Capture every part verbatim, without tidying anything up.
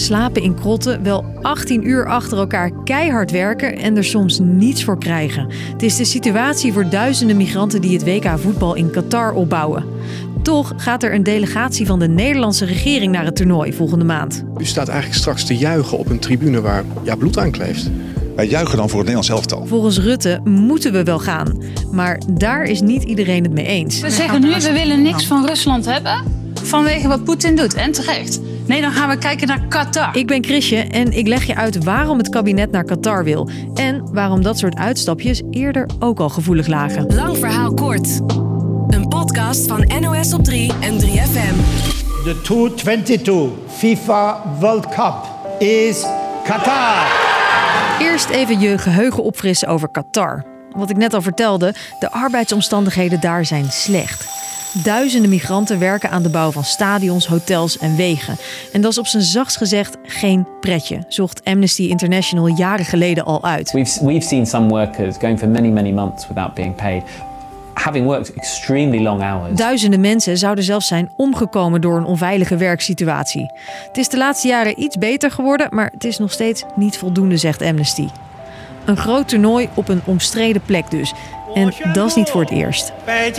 slapen in krotten, wel achttien uur achter elkaar keihard werken en er soms niets voor krijgen. Het is de situatie voor duizenden migranten die het W K voetbal in Qatar opbouwen. Toch gaat er een delegatie van de Nederlandse regering naar het toernooi volgende maand. U staat eigenlijk straks te juichen op een tribune waar ja, bloed aan kleeft. Wij juichen dan voor het Nederlands elftal. Volgens Rutte moeten we wel gaan. Maar daar is niet iedereen het mee eens. We zeggen nu, we willen niks van Rusland hebben vanwege wat Poetin doet. En terecht. Nee, dan gaan we kijken naar Qatar. Ik ben Chrisje en ik leg je uit waarom het kabinet naar Qatar wil. En waarom dat soort uitstapjes eerder ook al gevoelig lagen. Lang verhaal kort. Een podcast van N O S op drie en drie F M. De tweeduizend tweeëntwintig FIFA World Cup is Qatar. Eerst even je geheugen opfrissen over Qatar. Wat ik net al vertelde, de arbeidsomstandigheden daar zijn slecht. Duizenden migranten werken aan de bouw van stadions, hotels en wegen. En dat is op zijn zachtst gezegd geen pretje, zocht Amnesty International jaren geleden al uit. We've, we've seen some workers going for many, many months without being paid. Having worked extremely long hours. Duizenden mensen zouden zelfs zijn omgekomen door een onveilige werksituatie. Het is de laatste jaren iets beter geworden, maar het is nog steeds niet voldoende, zegt Amnesty. Een groot toernooi op een omstreden plek dus. En dat is niet voor het eerst.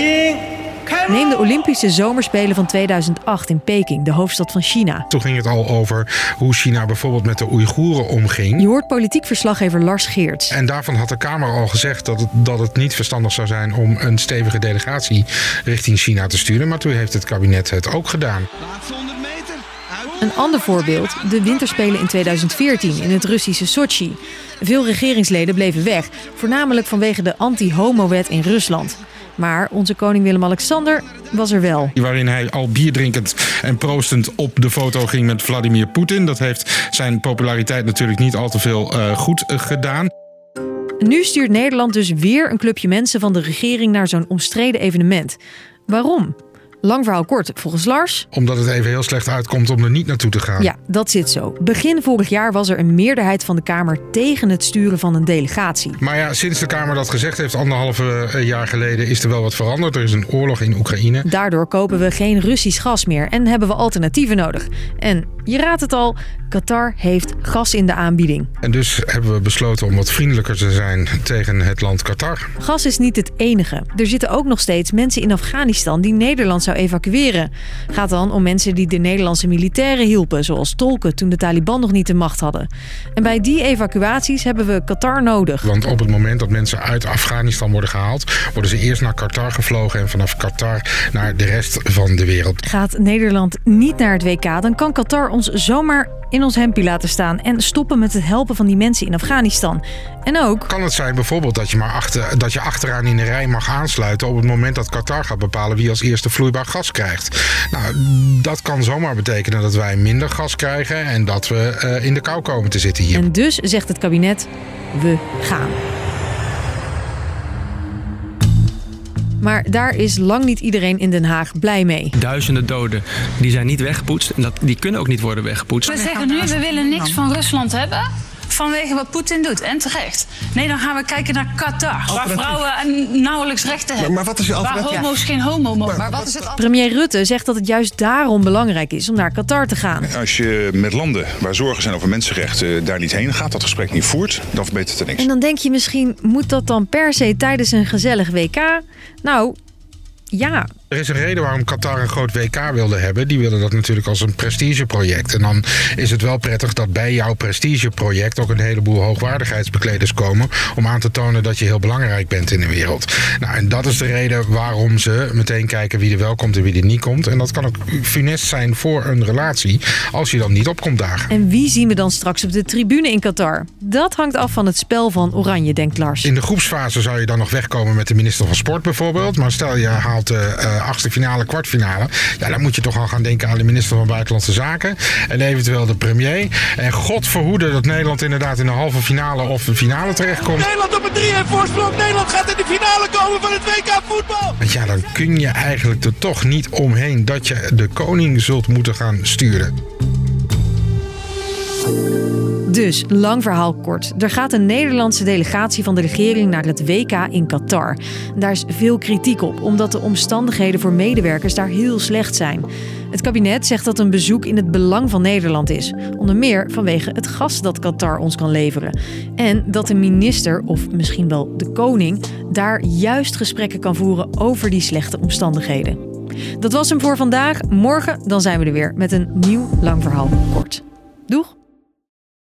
Neem de Olympische Zomerspelen van tweeduizend acht in Peking, de hoofdstad van China. Toen ging het al over hoe China bijvoorbeeld met de Oeigoeren omging. Je hoort politiek verslaggever Lars Geerts. En daarvan had de Kamer al gezegd dat het, dat het niet verstandig zou zijn om een stevige delegatie richting China te sturen. Maar toen heeft het kabinet het ook gedaan. Een ander voorbeeld, de winterspelen in tweeduizend veertien in het Russische Sochi. Veel regeringsleden bleven weg, voornamelijk vanwege de anti-homo-wet in Rusland. Maar onze koning Willem-Alexander was er wel. Waarin hij al bier drinkend en proostend op de foto ging met Vladimir Poetin. Dat heeft zijn populariteit natuurlijk niet al te veel uh, goed uh, gedaan. Nu stuurt Nederland dus weer een clubje mensen van de regering naar zo'n omstreden evenement. Waarom? Lang verhaal kort, volgens Lars. Omdat het even heel slecht uitkomt om er niet naartoe te gaan. Ja, dat zit zo. Begin vorig jaar was er een meerderheid van de Kamer tegen het sturen van een delegatie. Maar ja, sinds de Kamer dat gezegd heeft, anderhalve jaar geleden, is er wel wat veranderd. Er is een oorlog in Oekraïne. Daardoor kopen we geen Russisch gas meer en hebben we alternatieven nodig. En je raadt het al, Qatar heeft gas in de aanbieding. En dus hebben we besloten om wat vriendelijker te zijn tegen het land Qatar. Gas is niet het enige. Er zitten ook nog steeds mensen in Afghanistan die Nederland zou evacueren. Gaat dan om mensen die de Nederlandse militairen hielpen, zoals tolken toen de Taliban nog niet de macht hadden. En bij die evacuaties hebben we Qatar nodig. Want op het moment dat mensen uit Afghanistan worden gehaald, worden ze eerst naar Qatar gevlogen en vanaf Qatar naar de rest van de wereld. Gaat Nederland niet naar het W K, dan kan Qatar ons zomaar in ons hempie laten staan en stoppen met het helpen van die mensen in Afghanistan. En ook kan het zijn bijvoorbeeld dat je, maar achter, dat je achteraan in de rij mag aansluiten op het moment dat Qatar gaat bepalen wie als eerste vloeibaar gas krijgt. Nou, dat kan zomaar betekenen dat wij minder gas krijgen en dat we uh, in de kou komen te zitten hier. En dus zegt het kabinet, we gaan. Maar daar is lang niet iedereen in Den Haag blij mee. Duizenden doden, die zijn niet weggepoetst en dat, die kunnen ook niet worden weggepoetst. We zeggen nu, we willen niks van Rusland hebben vanwege wat Poetin doet. En terecht. Nee, dan gaan we kijken naar Qatar. Waar vrouwen nauwelijks rechten hebben. Maar, maar wat is je alternatief? Waar homo's geen homo mogen. Maar, maar wat is het Premier Rutte zegt dat het juist daarom belangrijk is om naar Qatar te gaan. Als je met landen waar zorgen zijn over mensenrechten daar niet heen gaat, dat gesprek niet voert, dan verbetert er niks. En dan denk je misschien, moet dat dan per se tijdens een gezellig W K? Nou, ja. Er is een reden waarom Qatar een groot W K wilde hebben. Die willen dat natuurlijk als een prestigeproject. En dan is het wel prettig dat bij jouw prestigeproject ook een heleboel hoogwaardigheidsbekleders komen om aan te tonen dat je heel belangrijk bent in de wereld. Nou, en dat is de reden waarom ze meteen kijken wie er wel komt en wie er niet komt. En dat kan ook funest zijn voor een relatie als je dan niet op komt dagen. En wie zien we dan straks op de tribune in Qatar? Dat hangt af van het spel van Oranje, denkt Lars. In de groepsfase zou je dan nog wegkomen met de minister van Sport bijvoorbeeld. Maar stel je haalt de uh, achtste finale, kwartfinale. Ja, dan moet je toch al gaan denken aan de minister van Buitenlandse Zaken. En eventueel de premier. En God verhoede dat Nederland inderdaad in de halve finale of de finale terechtkomt. Nederland op een drie een voorsprong. Nederland gaat in de finale komen van het W K voetbal. Want ja, dan kun je eigenlijk er toch niet omheen dat je de koning zult moeten gaan sturen. Dus, lang verhaal kort. Er gaat een Nederlandse delegatie van de regering naar het W K in Qatar. Daar is veel kritiek op, omdat de omstandigheden voor medewerkers daar heel slecht zijn. Het kabinet zegt dat een bezoek in het belang van Nederland is. Onder meer vanwege het gas dat Qatar ons kan leveren. En dat de minister, of misschien wel de koning, daar juist gesprekken kan voeren over die slechte omstandigheden. Dat was hem voor vandaag. Morgen dan zijn we er weer met een nieuw lang verhaal kort. Doeg!